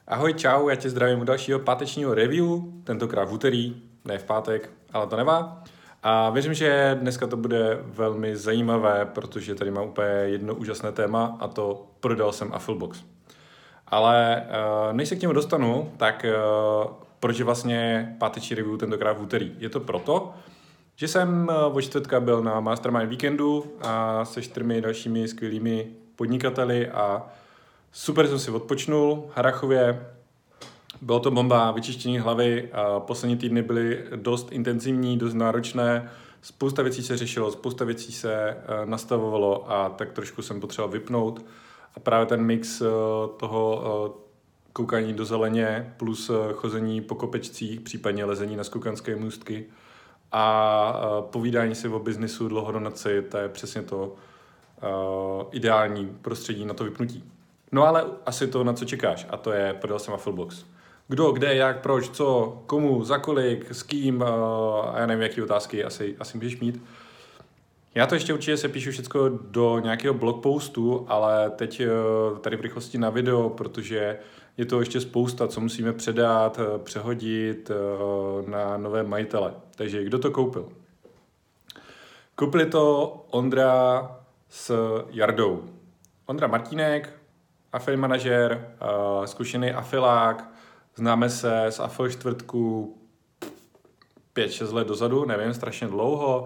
Ahoj, čau, já tě zdravím u dalšího pátečního review, tentokrát v úterý, ne v pátek, ale to nevá. A věřím, že dneska to bude velmi zajímavé, protože tady mám úplně jedno úžasné téma a to prodal jsem Afflebox. Ale než se k němu dostanu, tak proč je vlastně páteční review tentokrát v úterý? Je to proto, že jsem od čtvrtka byl na Mastermind víkendu a se 4 dalšími skvělými podnikateli a super jsem si odpočnul v Harrachově. Bylo to bomba, vyčištění hlavy, a poslední týdny byly dost intenzivní, dost náročné, spousta věcí se řešilo, spousta věcí se nastavovalo a tak trošku jsem potřeboval vypnout. A právě ten mix toho koukání do zeleně plus chození po kopečcích, případně lezení na skokanské můstky a povídání si o biznisu dlouho do noci, to je přesně to ideální prostředí na to vypnutí. No ale asi to, na co čekáš, a to je prodal jsem Afflebox. Kdo, kde, jak, proč, co, komu, za kolik, s kým a já nevím, jaký otázky asi můžeš mít. Já to ještě určitě se píšu všechno do nějakého blogpostu, ale teď tady v rychlosti na video, protože je to ještě spousta, co musíme předat, přehodit na nové majitele. Takže kdo to koupil? Koupili to Ondra s Jardou. Ondra Martínek, affiliate manažer, zkušený afilák, známe se z Affil čtvrtku 5-6 let dozadu, nevím, strašně dlouho.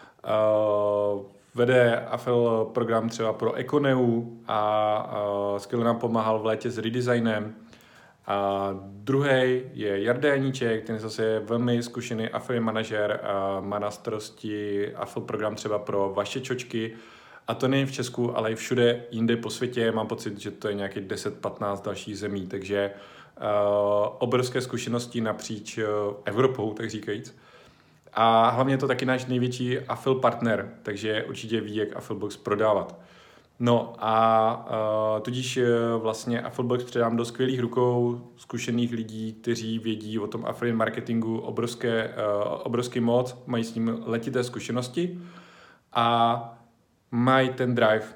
Vede Affil program třeba pro Econeu a skvěle nám pomáhal v létě s redesignem. A druhý je Jarda Janíček, ten zase je velmi zkušený affiliate manažer a má na starosti Affil program třeba pro vaše čočky. A to nejen v Česku, ale i všude jinde po světě. Mám pocit, že to je nějaký 10-15 dalších zemí, takže obrovské zkušenosti napříč Evropou, tak říkajíc. A hlavně je to taky náš největší Affil partner, takže určitě ví, jak Afflebox prodávat. No a tudíž vlastně Afflebox předám do skvělých rukou zkušených lidí, kteří vědí o tom affiliate marketingu obrovský moc, mají s ním letité zkušenosti a mají ten drive.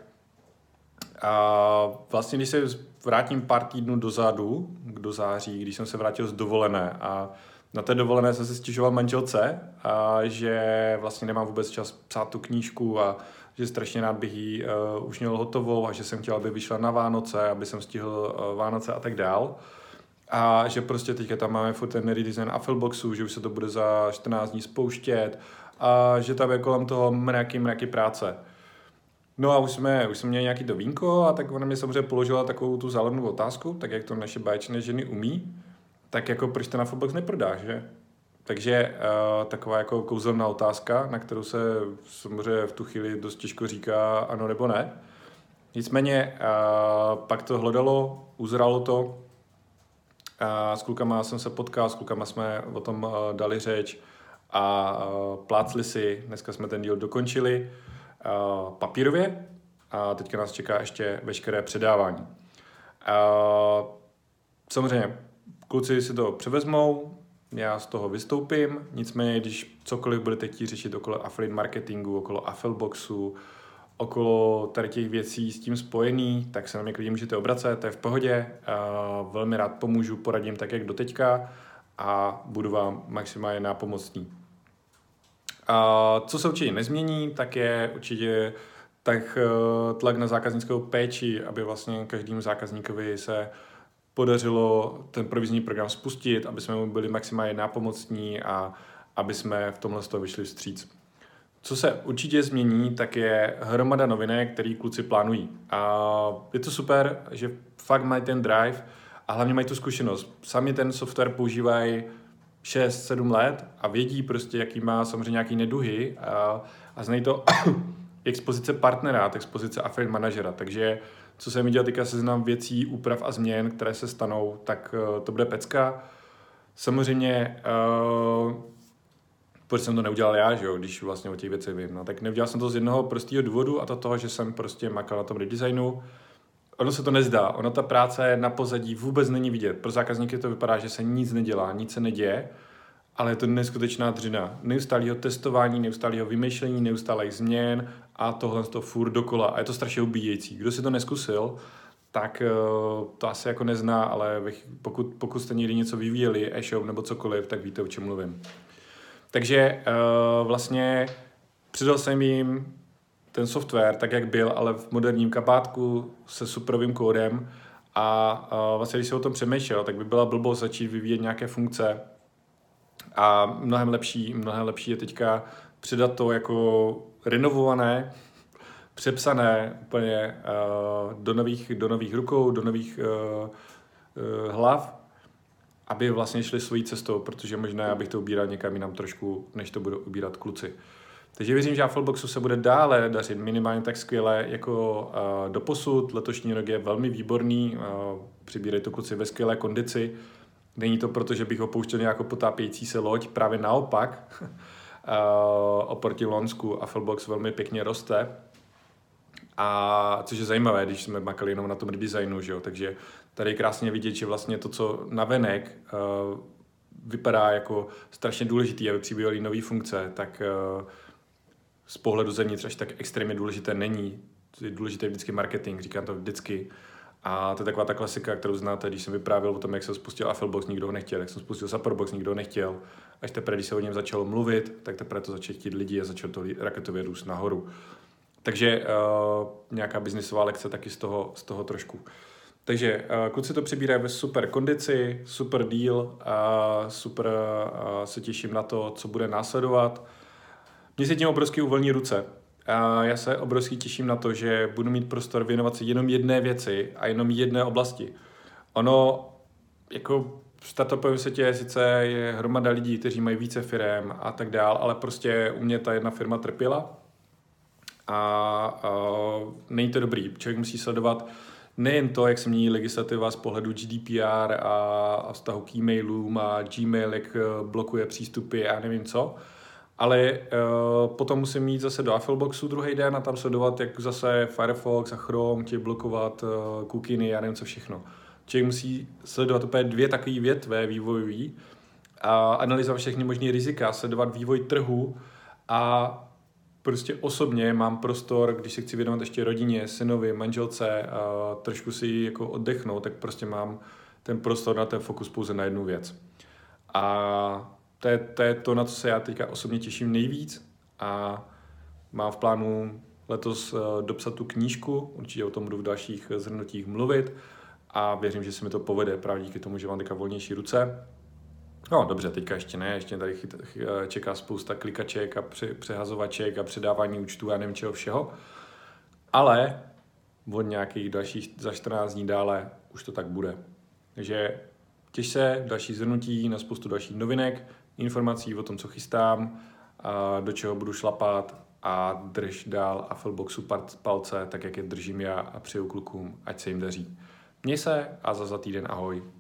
A vlastně, když se vrátím pár týdnů dozadu, do září, když jsem se vrátil z dovolené a na té dovolené jsem se stěžoval manželce, a že vlastně nemám vůbec čas psát tu knížku a že strašně rád bych ji už měl hotovou a že jsem chtěl, aby vyšla na Vánoce, aby jsem stihl Vánoce a tak dál. A že prostě teďka tam máme furt ten redesign Affleboxu, že už se to bude za 14 dní spouštět a že tam je kolem toho mraky práce. No a už jsme měli nějaký to vínko a tak ona mě samozřejmě položila takovou tu zálednou otázku, tak jak to naše báječné ženy umí, tak jako proč ten Afflebox neprodáš, že? Takže taková jako kouzelná otázka, na kterou se samozřejmě v tu chvíli dost těžko říká ano nebo ne. Nicméně pak to hledalo, uzralo to, s klukama jsem se potkal, s klukama jsme o tom dali řeč a plácli si, dneska jsme ten díl dokončili papírově a teďka nás čeká ještě veškeré předávání. Samozřejmě kluci si to převezmou, já z toho vystoupím, nicméně když cokoliv budete chtít řešit okolo affiliate marketingu, okolo Affleboxu, okolo tady těch věcí s tím spojený, tak se na mě klidně můžete obracet, to je v pohodě, velmi rád pomůžu, poradím tak, jak doteďka a budu vám maximálně nápomocný. Co se určitě nezmění, tak je určitě tlak na zákaznickou péči, aby vlastně každému zákazníkovi se podařilo ten provizní program spustit, aby jsme mu byli maximálně nápomocní a aby jsme v tomhle z toho vyšli vstříc. Co se určitě změní, tak je hromada novinek, který kluci plánují. A je to super, že fakt mají ten drive a hlavně mají tu zkušenost. Sami ten software používají 6-7 let a vědí prostě, jaký má samozřejmě nějaký neduhy a znají to jak z pozice partnera, tak z pozice affiliate manažera. Takže co se mi dělá teďka seznam věcí, úprav a změn, které se stanou, tak to bude pecka. Samozřejmě, proč jsem to neudělal já, že jo, když vlastně o těch věcech vím. No, tak neudělal jsem to z jednoho prostého důvodu a to toho, že jsem prostě makal na tom redesignu. Ono se to nezdá, ono ta práce na pozadí vůbec není vidět. Pro zákazníky to vypadá, že se nic nedělá, nic se neděje, ale je to neskutečná dřina. Neustálého testování, neustálého vymýšlení, neustálých změn a tohle to furt dokola. A je to strašně ubíjející. Kdo si to neskusil, tak to asi jako nezná, ale pokud jste někdy něco vyvíjeli, e-shop nebo cokoliv, tak víte, o čem mluvím. Takže vlastně přidal jsem jim ten software tak, jak byl, ale v moderním kabátku se superovým kódem a vlastně, když se o tom přemýšlel, tak by byla blbost začít vyvíjet nějaké funkce a mnohem lepší je teďka přidat to jako renovované, přepsané úplně do nových rukou, do nových hlav, aby vlastně šli svojí cestou, protože možná já bych to ubíral někam jinam trošku, než to budou ubírat kluci. Takže věřím, že Affleboxu se bude dále dařit minimálně tak skvěle jako doposud. Letošní rok je velmi výborný, přibírají to kluci ve skvělé kondici. Není to proto, že bych ho pouštěl nějakou potápějící se loď, právě naopak. Oproti Lonsku Afflebox velmi pěkně roste. A což je zajímavé, když jsme makali jenom na tom redesignu, že jo? Takže tady je krásně vidět, že vlastně to, co navenek vypadá jako strašně důležitý, aby přibývaly nové funkce, tak z pohledu zevnitř až tak extrémně důležité není. Je důležité vždycky marketing, říkám to vždycky. A to je taková ta klasika, kterou znáte, když jsem vyprávěl o tom, jak jsem spustil Afflebox, nikdo ho nechtěl, jak jsem spustil Supportbox, nikdo ho nechtěl. Až teprve, když se o něm začalo mluvit, tak teprve to začali chtít lidi a začalo to raketově růst nahoru. Takže nějaká biznisová lekce taky z toho trošku. Takže kluci to přibírají ve super kondici, super deal a super se těším na to, co bude následovat. Mně se tím obrovsky uvolní ruce. A já se obrovsky těším na to, že budu mít prostor věnovat se jenom jedné věci a jenom jedné oblasti. Ono, jako v startupovém světě sice je hromada lidí, kteří mají více firem a tak dál, ale prostě u mě ta jedna firma trpěla a není to dobrý. Člověk musí sledovat nejen to, jak se mění legislativa z pohledu GDPR a vztahu k e-mailům a Gmail, jak blokuje přístupy a nevím co, ale potom musím jít zase do Affleboxu druhý den a tam sledovat, jak zase Firefox a Chrome chtějí blokovat cookiny a nevím co všechno. Člověk musí sledovat úplně dvě takové větve vývojový a analyzovat všechny možné rizika, sledovat vývoj trhu a prostě osobně mám prostor, když se chci věnovat ještě rodině, synovi, manželce a trošku si jako oddechnout, tak prostě mám ten prostor na ten fokus pouze na jednu věc. A to je to, na co se já teďka osobně těším nejvíc a mám v plánu letos dopsat tu knížku, určitě o tom budu v dalších zhrnutích mluvit a věřím, že se mi to povede právě díky tomu, že mám teďka volnější ruce. No dobře, teďka ještě ne, ještě tady čeká spousta klikaček a přehazovaček a předávání účtů a nevím čeho všeho, ale od nějakých dalších za 14 dní dále už to tak bude. Takže těš se, další zhrnutí na spoustu dalších novinek, informací o tom, co chystám, a do čeho budu šlapat a drž dál Affleboxu palce, tak jak je držím já a přeju klukům, ať se jim daří. Měj se a za týden ahoj.